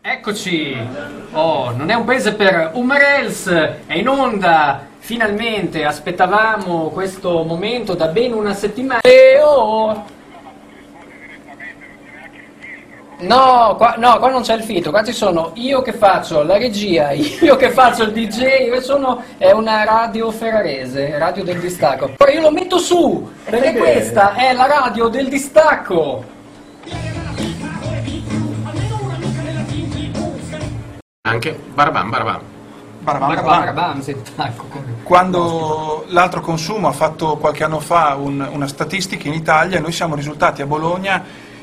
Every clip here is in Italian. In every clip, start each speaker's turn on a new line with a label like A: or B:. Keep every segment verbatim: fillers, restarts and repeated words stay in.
A: Eccoci, oh, non è un paese per Umarels, è in onda, finalmente, aspettavamo questo momento da ben una settimana. E oh. No, qua, no, qua non c'è il filtro, qua ci sono io che faccio la regia, io che faccio il D J, io sono, è una radio ferrarese, radio del distacco. Ora io lo metto su, perché questa è la radio del distacco.
B: Anche Barabam, Barabam.
C: Barabam,
A: Barabam,
C: barabam.
A: barabam, sì, ecco.
C: Quando l'altro consumo ha fatto qualche anno fa un- una statistica in Italia, noi siamo risultati a Bologna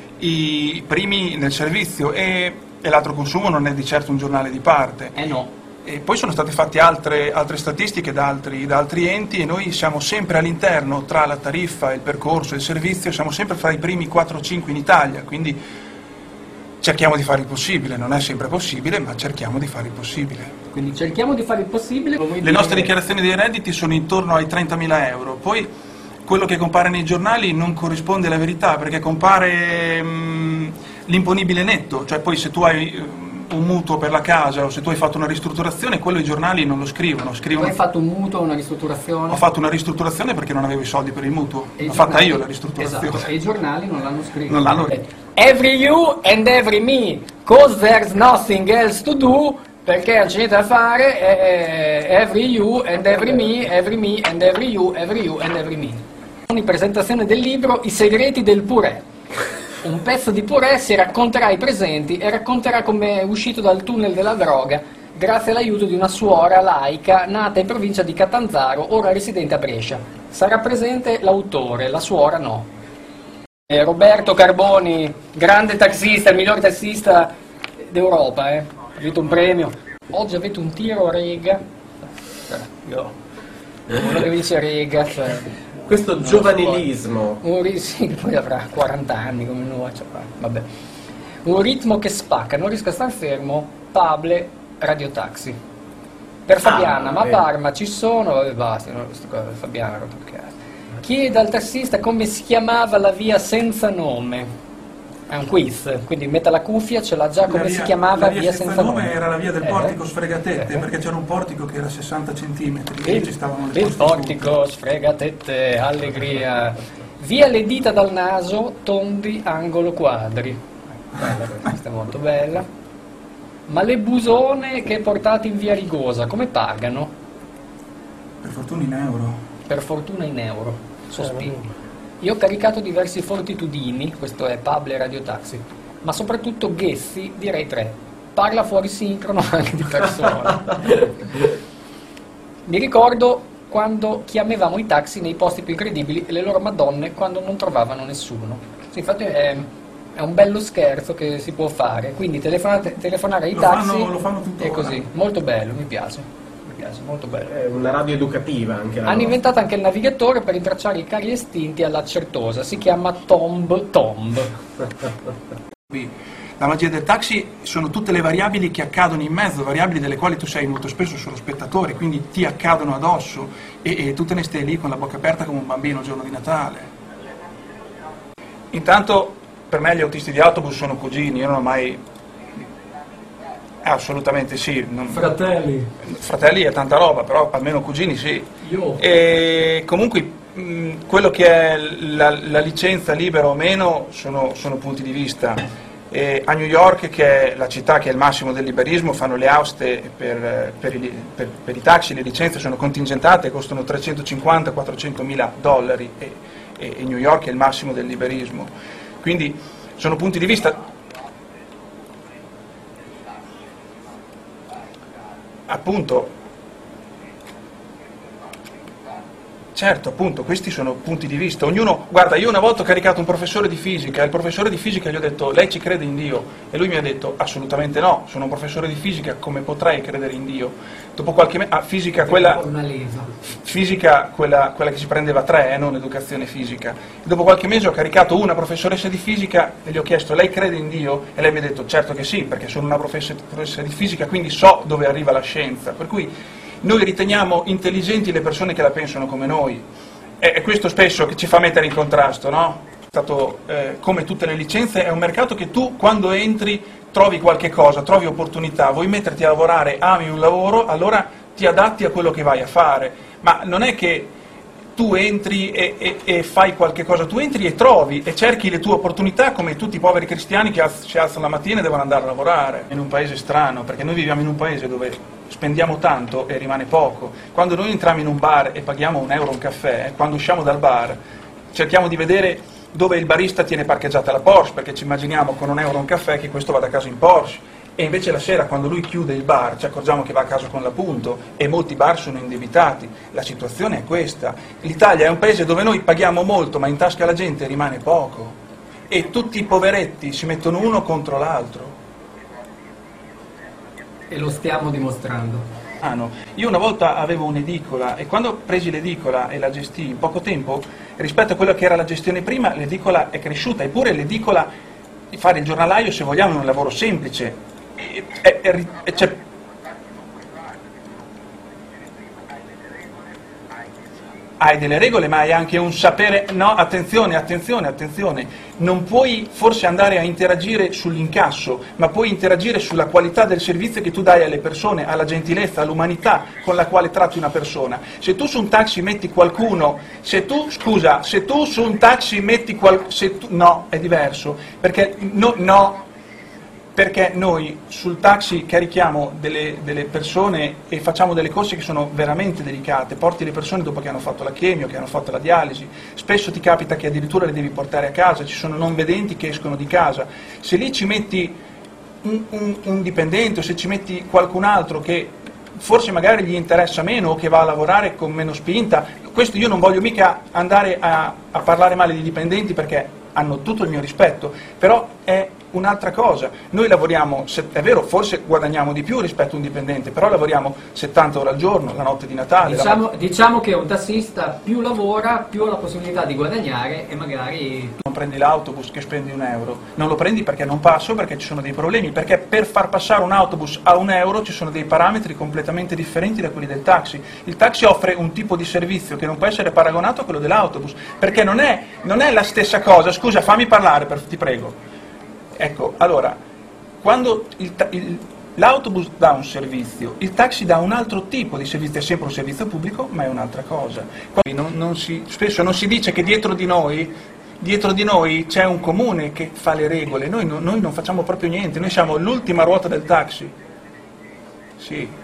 C: i primi nel servizio e, e l'altro consumo non è di certo un giornale di parte.
A: Eh no.
C: E poi sono state fatte altre, altre statistiche da altri, da altri enti e noi siamo sempre all'interno, tra la tariffa, il percorso e il servizio, siamo sempre fra i primi quattro o cinque in Italia, quindi cerchiamo di fare il possibile, non è sempre possibile, ma cerchiamo di fare il possibile.
A: Quindi cerchiamo di fare il possibile.
C: Le nostre dichiarazioni dei redditi sono intorno ai trentamila euro, poi quello che compare nei giornali non corrisponde alla verità, perché compare mh, l'imponibile netto, cioè poi se tu hai uh, un mutuo per la casa o se tu hai fatto una ristrutturazione, quello i giornali non lo scrivono.
A: Tu
C: scrivono...
A: hai fatto un mutuo, una ristrutturazione?
C: Ho fatto una ristrutturazione perché non avevo i soldi per il mutuo,
A: E i
C: l'ho fatta
A: giornali-
C: io la ristrutturazione.
A: Esatto, e i giornali non l'hanno scritto.
C: Non l'hanno-
A: Every you and every me, cause there's nothing else to do, perché non c'è niente da fare, eh, every you and every me, every me and every you, every you and every me. In presentazione del libro I segreti del purè. Un pezzo di purè si racconterà ai presenti e racconterà come è uscito dal tunnel della droga grazie all'aiuto di una suora laica nata in provincia di Catanzaro, ora residente a Brescia. Sarà presente l'autore, la suora no. Eh, Roberto Carboni, grande taxista, il miglior taxista d'Europa, eh. Ha vinto un premio. Oggi avete un tiro a rega. Eh, io, uno che vince rega, cioè,
B: Questo
A: non lo so.
B: giovanilismo.
A: Un ri- sì, poi avrà quaranta anni come noi, cioè, vabbè. Un ritmo che spacca, non riesco a star fermo, Pable, radiotaxi. Per Fabiana,
B: Ah,
A: ma a
B: vero.
A: Parma ci sono, vabbè basta, no, questa cosa, Fabiana, rotto il cazzo. Chiede al tassista come si chiamava la via senza nome. È un quiz, quindi metta la cuffia, ce l'ha già come
C: La
A: si
C: via-
A: chiamava
C: la via, senza nome era la via del
A: Eh,
C: portico Sfregatette,
A: eh.
C: perché c'era un portico che era sessanta centimetri e lì
A: Il,
C: ci stavano le
A: il
C: prostitute.
A: portico, sfregatette, allegria. Via le dita dal naso, tondi, angolo, quadri. Bella, questa è molto bella. Ma le busone che portate in via Rigosa, come pagano?
C: Per fortuna in euro.
A: Per fortuna in euro. Sospiro. Io ho caricato diversi fortitudini, questo è Pable Radiotaxi, ma soprattutto Ghezzi, direi tre. Parla fuori sincrono anche di persona. Mi ricordo quando chiamavamo i taxi nei posti più incredibili e le loro madonne quando non trovavano nessuno. Sì, infatti è, è un bello scherzo che si può fare, quindi telefonate, telefonare ai
C: Lo
A: taxi
C: fanno- lo fanno tuttora.
A: è così, molto bello, mi piace. Mi piace, molto bello.
B: È una radio educativa anche la
A: Hanno
B: nostra.
A: inventato anche il navigatore per rintracciare i carri estinti alla Certosa, si chiama Tomb Tomb.
C: Qui, la magia del taxi sono tutte le variabili che accadono in mezzo, variabili delle quali tu sei molto spesso solo spettatore, quindi ti accadono addosso e, e tu te ne stai lì con la bocca aperta come un bambino il giorno di Natale. Intanto per me gli autisti di autobus sono cugini, io non ho mai... Eh, assolutamente sì. Non...
A: Fratelli,
C: Fratelli è tanta roba, però almeno cugini sì.
A: io...
C: E comunque mh, quello che è la, la licenza libera o meno sono, sono punti di vista. E a New York, che è la città che è il massimo del liberismo, fanno le auste per, per, i, per, per i taxi, le licenze sono contingentate, costano trecentocinquanta quattrocentomila dollari e, e, e New York è il massimo del liberismo. Quindi sono punti di vista. Appunto, certo, appunto, questi sono punti di vista. Ognuno, guarda, io una volta ho caricato un professore di fisica, e il professore di fisica gli ho detto, lei ci crede in Dio? E lui mi ha detto, assolutamente no, sono un professore di fisica, come potrei credere in Dio? Dopo qualche mese, ah, fisica quella,
A: Una lesa.
C: fisica quella, quella che si prendeva tre, eh, non educazione fisica. E dopo qualche mese ho caricato una professoressa di fisica e gli ho chiesto, lei crede in Dio? E lei mi ha detto, certo che sì, perché sono una professoressa di fisica, quindi so dove arriva la scienza. Per cui noi riteniamo intelligenti le persone che la pensano come noi. E questo spesso che ci fa mettere in contrasto, no? stato, eh, come tutte le licenze, è un mercato che tu quando entri trovi qualche cosa, trovi opportunità, vuoi metterti a lavorare, ami un lavoro, allora ti adatti a quello che vai a fare, ma non è che tu entri e, e, e fai qualche cosa, tu entri e trovi e cerchi le tue opportunità come tutti i poveri cristiani che si alzano la mattina e devono andare a lavorare. In un paese strano, perché noi viviamo in un paese dove spendiamo tanto e rimane poco. Quando noi entriamo in un bar e paghiamo un euro un caffè, quando usciamo dal bar cerchiamo di vedere dove il barista tiene parcheggiata la Porsche, perché ci immaginiamo con un euro un caffè che questo vada a casa in Porsche, e invece la sera quando lui chiude il bar ci accorgiamo che va a casa con l'appunto e molti bar sono indebitati. La situazione è questa. L'Italia è un paese dove noi paghiamo molto ma in tasca alla gente rimane poco e tutti i poveretti si mettono uno contro l'altro.
A: E lo stiamo dimostrando.
C: Io una volta avevo un'edicola e quando presi l'edicola e la gestii in poco tempo, rispetto a quella che era la gestione prima, l'edicola è cresciuta, eppure l'edicola, fare il giornalaio se vogliamo è un lavoro semplice, e, e, e, e c'è... hai delle regole ma hai anche un sapere, no, attenzione, attenzione, attenzione, non puoi forse andare a interagire sull'incasso, ma puoi interagire sulla qualità del servizio che tu dai alle persone, alla gentilezza, all'umanità con la quale tratti una persona. Se tu su un taxi metti qualcuno, se tu, scusa, se tu su un taxi metti qualcuno, no, è diverso, perché no, no, perché noi sul taxi carichiamo delle, delle persone e facciamo delle corse che sono veramente delicate, porti le persone dopo che hanno fatto la chemio, che hanno fatto la dialisi, spesso ti capita che addirittura le devi portare a casa, ci sono non vedenti che escono di casa, se lì ci metti un, un, un dipendente o se ci metti qualcun altro che forse magari gli interessa meno o che va a lavorare con meno spinta, questo io non voglio mica andare a, a parlare male di dipendenti perché hanno tutto il mio rispetto, però è un'altra cosa. Noi lavoriamo, è vero, forse guadagniamo di più rispetto a un dipendente, però lavoriamo settanta ore al giorno, la notte di Natale.
A: Diciamo, la... diciamo che un tassista più lavora, più ha la possibilità di guadagnare e magari...
C: Non prendi l'autobus che spendi un euro, non lo prendi perché non passo, perché ci sono dei problemi, perché per far passare un autobus a un euro ci sono dei parametri completamente differenti da quelli del taxi. Il taxi offre un tipo di servizio che non può essere paragonato a quello dell'autobus, perché non è, non è la stessa cosa. Scusa, fammi parlare, per, ti prego. Ecco, allora, quando l'autobus dà un servizio, il taxi dà un altro tipo di servizio, è sempre un servizio pubblico, ma è un'altra cosa. Non, non si, spesso non si dice che dietro di noi, dietro di noi c'è un comune che fa le regole, noi, no, noi non facciamo proprio niente, noi siamo l'ultima ruota del taxi. Sì.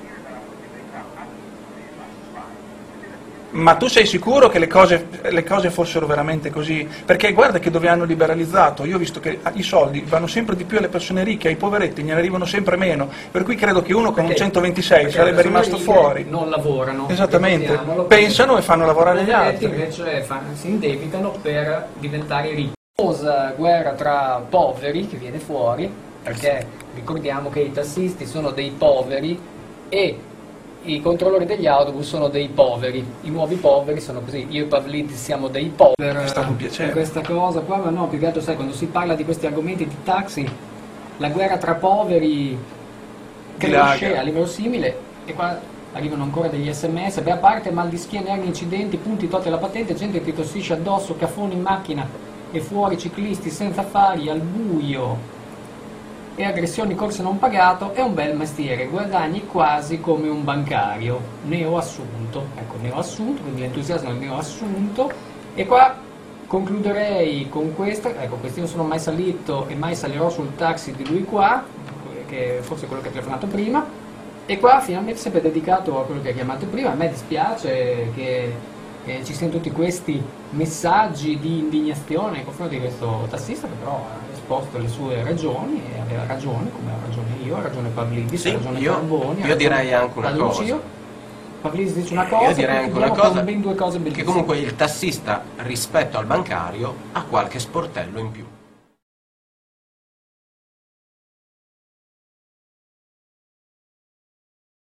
C: Ma tu sei sicuro che le cose, le cose fossero veramente così? Perché guarda che dove hanno liberalizzato, io ho visto che i soldi vanno sempre di più alle persone ricche, ai poveretti gliene arrivano sempre meno, per cui credo che uno con perché, un centoventisei sarebbe rimasto fuori.
A: Non lavorano.
C: Esattamente, pensano e fanno lavorare gli altri.
A: Invece fanno, si indebitano per diventare ricchi. La guerra tra poveri che viene fuori, perché ricordiamo che i tassisti sono dei poveri e i controllori degli autobus sono dei poveri, i nuovi poveri sono così, io e Pavlidis siamo dei poveri.
C: È stato un piacere.
A: Per questa cosa qua, ma no, più che altro sai, quando si parla di questi argomenti di taxi, la guerra tra poveri cresce a livello simile e qua arrivano ancora degli sms, beh, a parte mal di schiena, ernie, incidenti, punti tolti alla patente, gente che ti tossisce addosso, caffoni in macchina e fuori ciclisti senza affari, al buio e aggressioni, corse non pagato, è un bel mestiere, guadagni quasi come un bancario, neoassunto, ecco, neoassunto, quindi l'entusiasmo del neoassunto, e qua concluderei con questa, ecco, questi non sono mai salito e mai salirò sul taxi di lui qua, che è forse quello che ha telefonato prima, e qua finalmente sempre dedicato a quello che ha chiamato prima. A me dispiace che eh, ci siano tutti questi messaggi di indignazione nei confronti di questo tassista, che però ha esposto le sue ragioni e aveva ragione, come ho ragione io, ha ragione Pavlidis,
B: sì,
A: ha ragione
B: io,
A: Carboni,
B: io direi anche una cosa.
A: Pavlidis dice una cosa,
B: io direi anche una cosa,
A: ben due cose bellissime.
B: che comunque il tassista rispetto al bancario ha qualche sportello in più.